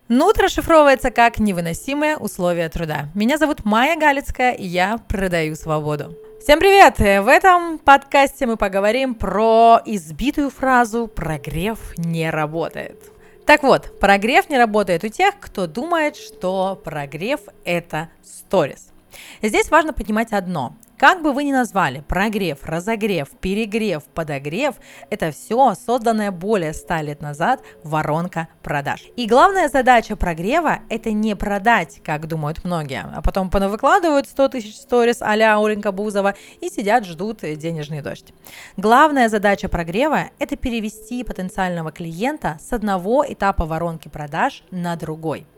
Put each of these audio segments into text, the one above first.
Нут расшифровывается как «невыносимые условия труда». Меня зовут Майя Галицкая, и я продаю свободу. Всем привет! В этом подкасте мы поговорим про избитую фразу «прогрев не работает». Так вот, прогрев не работает у тех, кто думает, что прогрев – это сторис. Здесь важно понимать одно. Как бы вы ни назвали, прогрев, разогрев, перегрев, подогрев – это все созданная более 100 лет назад воронка продаж. И главная задача прогрева – это не продать, как думают многие, а потом понавыкладывают 100 тысяч сторис а-ля Оленька Бузова и сидят, ждут денежный дождь. Главная задача прогрева – это перевести потенциального клиента с одного этапа воронки продаж на другой.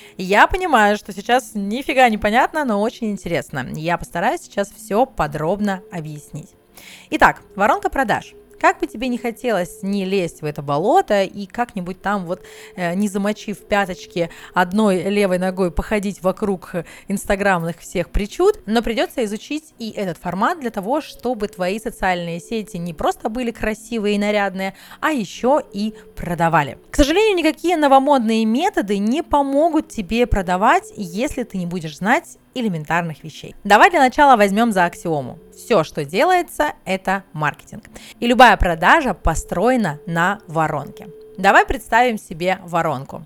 Я понимаю, что сейчас нифига не понятно, но очень интересно. Я постараюсь сейчас все подробно объяснить. Итак, воронка продаж. Как бы тебе не хотелось не лезть в это болото и как-нибудь там вот, не замочив пяточки одной левой ногой, походить вокруг инстаграмных всех причуд, но придется изучить и этот формат для того, чтобы твои социальные сети не просто были красивые и нарядные, а еще и продавали. К сожалению, никакие новомодные методы не помогут тебе продавать, если ты не будешь знать элементарных вещей. Давай для начала возьмем за аксиому. Все, что делается, это маркетинг. И любая продажа построена на воронке. Давай представим себе воронку.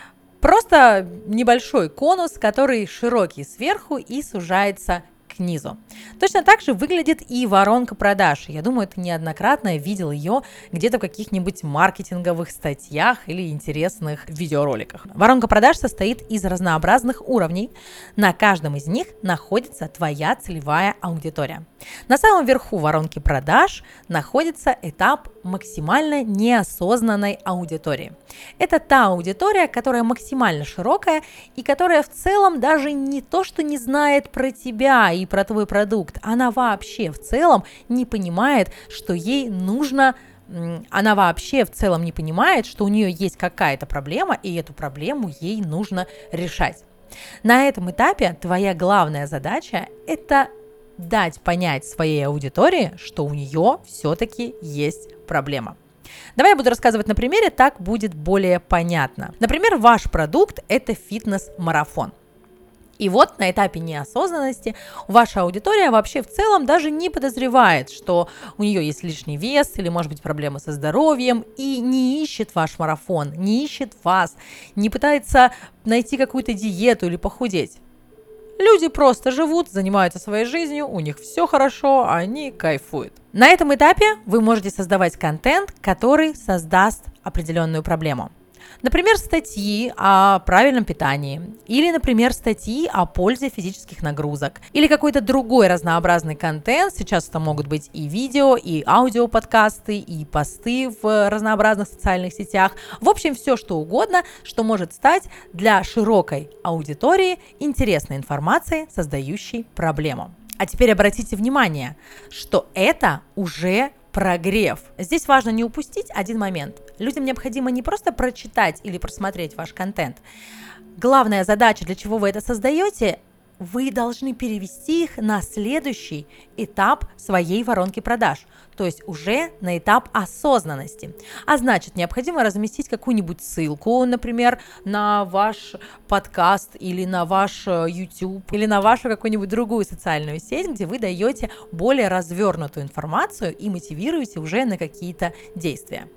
Просто небольшой конус, который широкий сверху и сужается к низу. Точно так же выглядит и воронка продаж. Я думаю, ты неоднократно видел ее где-то в каких-нибудь маркетинговых статьях или интересных видеороликах. Воронка продаж состоит из разнообразных уровней. На каждом из них находится твоя целевая аудитория. На самом верху воронки продаж находится этап максимально неосознанной аудитории. Это та аудитория, которая максимально широкая и которая в целом даже не то, что не знает про тебя и про твой продукт, она вообще в целом не понимает, что ей нужно, она вообще в целом не понимает, что у нее есть какая-то проблема, и эту проблему ей нужно решать. На этом этапе твоя главная задача – это дать понять своей аудитории, что у нее все-таки есть проблема. Давай я буду рассказывать на примере, так будет более понятно. Например, ваш продукт – это фитнес-марафон. И вот на этапе неосознанности ваша аудитория вообще в целом даже не подозревает, что у нее есть лишний вес или, может быть, проблемы со здоровьем, и не ищет ваш марафон, не ищет вас, не пытается найти какую-то диету или похудеть. Люди просто живут, занимаются своей жизнью, у них все хорошо, они кайфуют. На этом этапе вы можете создавать контент, который создаст определенную проблему. Например, статьи о правильном питании, или, например, статьи о пользе физических нагрузок, или какой-то другой разнообразный контент. Сейчас это могут быть и видео, и аудиоподкасты, и посты в разнообразных социальных сетях. В общем, все что угодно, что может стать для широкой аудитории интересной информацией, создающей проблему. А теперь обратите внимание, что это уже прогрев. Здесь важно не упустить один момент. Людям необходимо не просто прочитать или просмотреть ваш контент. Главная задача, для чего вы это создаете, вы должны перевести их на следующий этап своей воронки продаж, то есть уже на этап осознанности. А значит, необходимо разместить какую-нибудь ссылку, например, на ваш подкаст или на ваш YouTube или на вашу какую-нибудь другую социальную сеть, где вы даете более развернутую информацию и мотивируете уже на какие-то действия.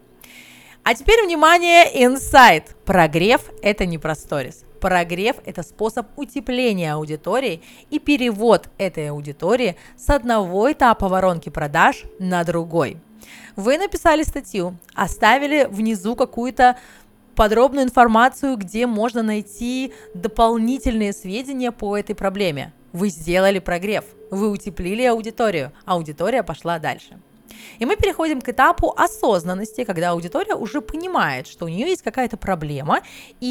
А теперь, внимание, инсайт. Прогрев – это не про сторис. Прогрев – это способ утепления аудитории и перевод этой аудитории с одного этапа воронки продаж на другой. Вы написали статью, оставили внизу какую-то подробную информацию, где можно найти дополнительные сведения по этой проблеме. Вы сделали прогрев, вы утеплили аудиторию, аудитория пошла дальше. И мы переходим к этапу осознанности, когда аудитория уже понимает, что у нее есть какая-то проблема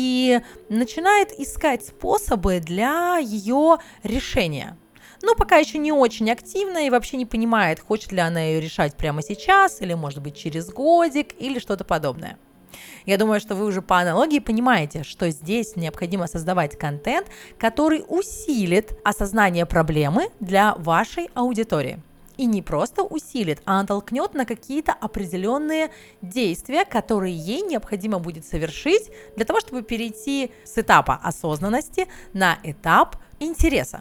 и начинает искать способы для ее решения. Но пока еще не очень активно и вообще не понимает, хочет ли она ее решать прямо сейчас или, может быть, через годик или что-то подобное. Я думаю, что вы уже по аналогии понимаете, что здесь необходимо создавать контент, который усилит осознание проблемы для вашей аудитории. И не просто усилит, а натолкнет на какие-то определенные действия, которые ей необходимо будет совершить для того, чтобы перейти с этапа осознанности на этап интереса.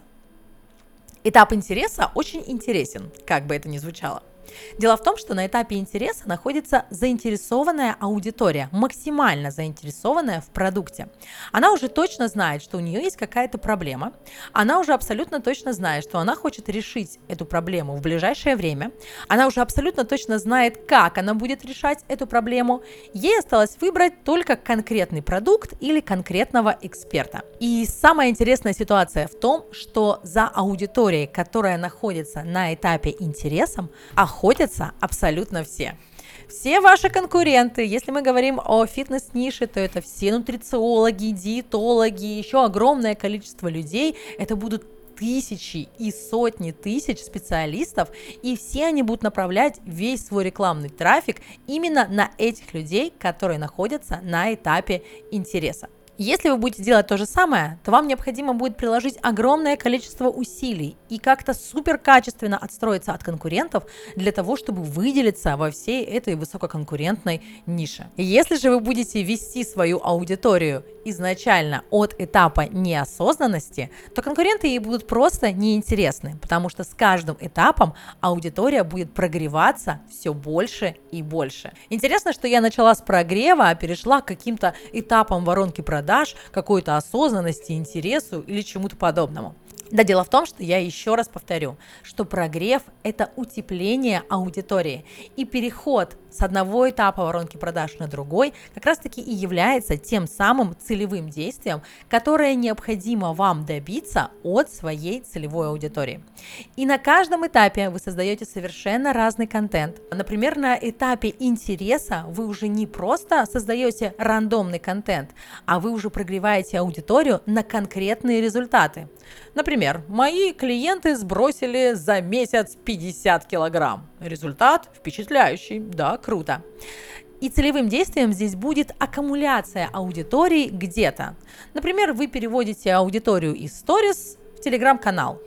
Этап интереса очень интересен, как бы это ни звучало. Дело в том, что на этапе интереса находится заинтересованная аудитория, максимально заинтересованная в продукте. Она уже точно знает, что у нее есть какая-то проблема, она уже абсолютно точно знает, что она хочет решить эту проблему в ближайшее время, она уже абсолютно точно знает, как она будет решать эту проблему, ей осталось выбрать только конкретный продукт или конкретного эксперта. И самая интересная ситуация в том, что за аудиторией, которая находится на этапе интереса, охотятся абсолютно все. Все ваши конкуренты, если мы говорим о фитнес-нише, то это все нутрициологи, диетологи, еще огромное количество людей. Это будут тысячи и сотни тысяч специалистов, и все они будут направлять весь свой рекламный трафик именно на этих людей, которые находятся на этапе интереса. Если вы будете делать то же самое, то вам необходимо будет приложить огромное количество усилий и как-то супер качественно отстроиться от конкурентов для того, чтобы выделиться во всей этой высококонкурентной нише. Если же вы будете вести свою аудиторию изначально от этапа неосознанности, то конкуренты ей будут просто неинтересны, потому что с каждым этапом аудитория будет прогреваться все больше и больше. Интересно, что я начала с прогрева, а перешла к каким-то этапам воронки продаж, какой-то осознанности, интересу или чему-то подобному. Да, дело в том, что я еще раз повторю, что прогрев – это утепление аудитории, и переход с одного этапа воронки продаж на другой как раз-таки и является тем самым целевым действием, которое необходимо вам добиться от своей целевой аудитории. И на каждом этапе вы создаете совершенно разный контент. Например, на этапе интереса вы уже не просто создаете рандомный контент, а вы уже прогреваете аудиторию на конкретные результаты. Например, мои клиенты сбросили за месяц 50 килограмм. Результат впечатляющий, да, круто. И целевым действием здесь будет аккумуляция аудитории где-то. Например, вы переводите аудиторию из Stories в Telegram-канал.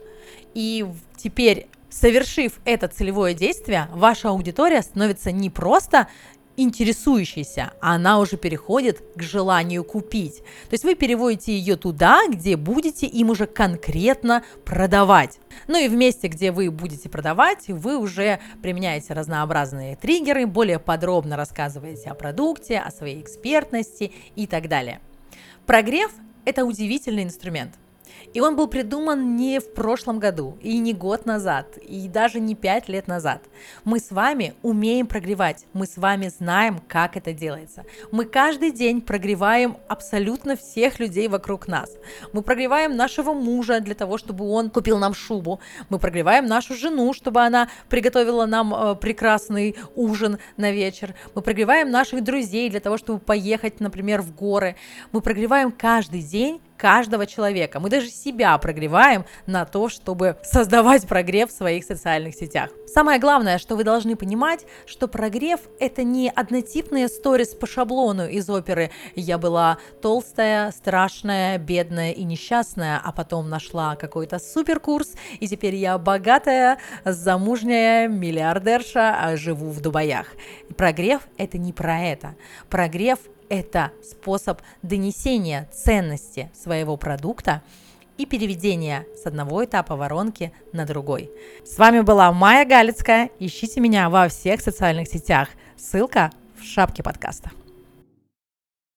И теперь, совершив это целевое действие, ваша аудитория становится не просто интересующейся, а она уже переходит к желанию купить. То есть вы переводите ее туда, где будете им уже конкретно продавать. Ну и в месте, где вы будете продавать, вы уже применяете разнообразные триггеры, более подробно рассказываете о продукте, о своей экспертности и так далее. Прогрев – это удивительный инструмент. И он был придуман не в прошлом году, и не год назад, и даже не 5 лет назад. Мы с вами умеем прогревать, мы с вами знаем, как это делается. Мы каждый день прогреваем абсолютно всех людей вокруг нас. Мы прогреваем нашего мужа для того, чтобы он купил нам шубу. Мы прогреваем нашу жену, чтобы она приготовила нам прекрасный ужин на вечер. Мы прогреваем наших друзей для того, чтобы поехать, например, в горы. Мы прогреваем каждый день каждого человека. Мы даже себя прогреваем на то, чтобы создавать прогрев в своих социальных сетях. Самое главное, что вы должны понимать, что прогрев – это не однотипные сторис по шаблону из оперы «Я была толстая, страшная, бедная и несчастная, а потом нашла какой-то суперкурс, и теперь я богатая, замужняя, миллиардерша, а живу в Дубаях». Прогрев – это не про это. Прогрев – это способ донесения ценности своего продукта и переведения с одного этапа воронки на другой. С вами была Майя Галицкая. Ищите меня во всех социальных сетях. Ссылка в шапке подкаста.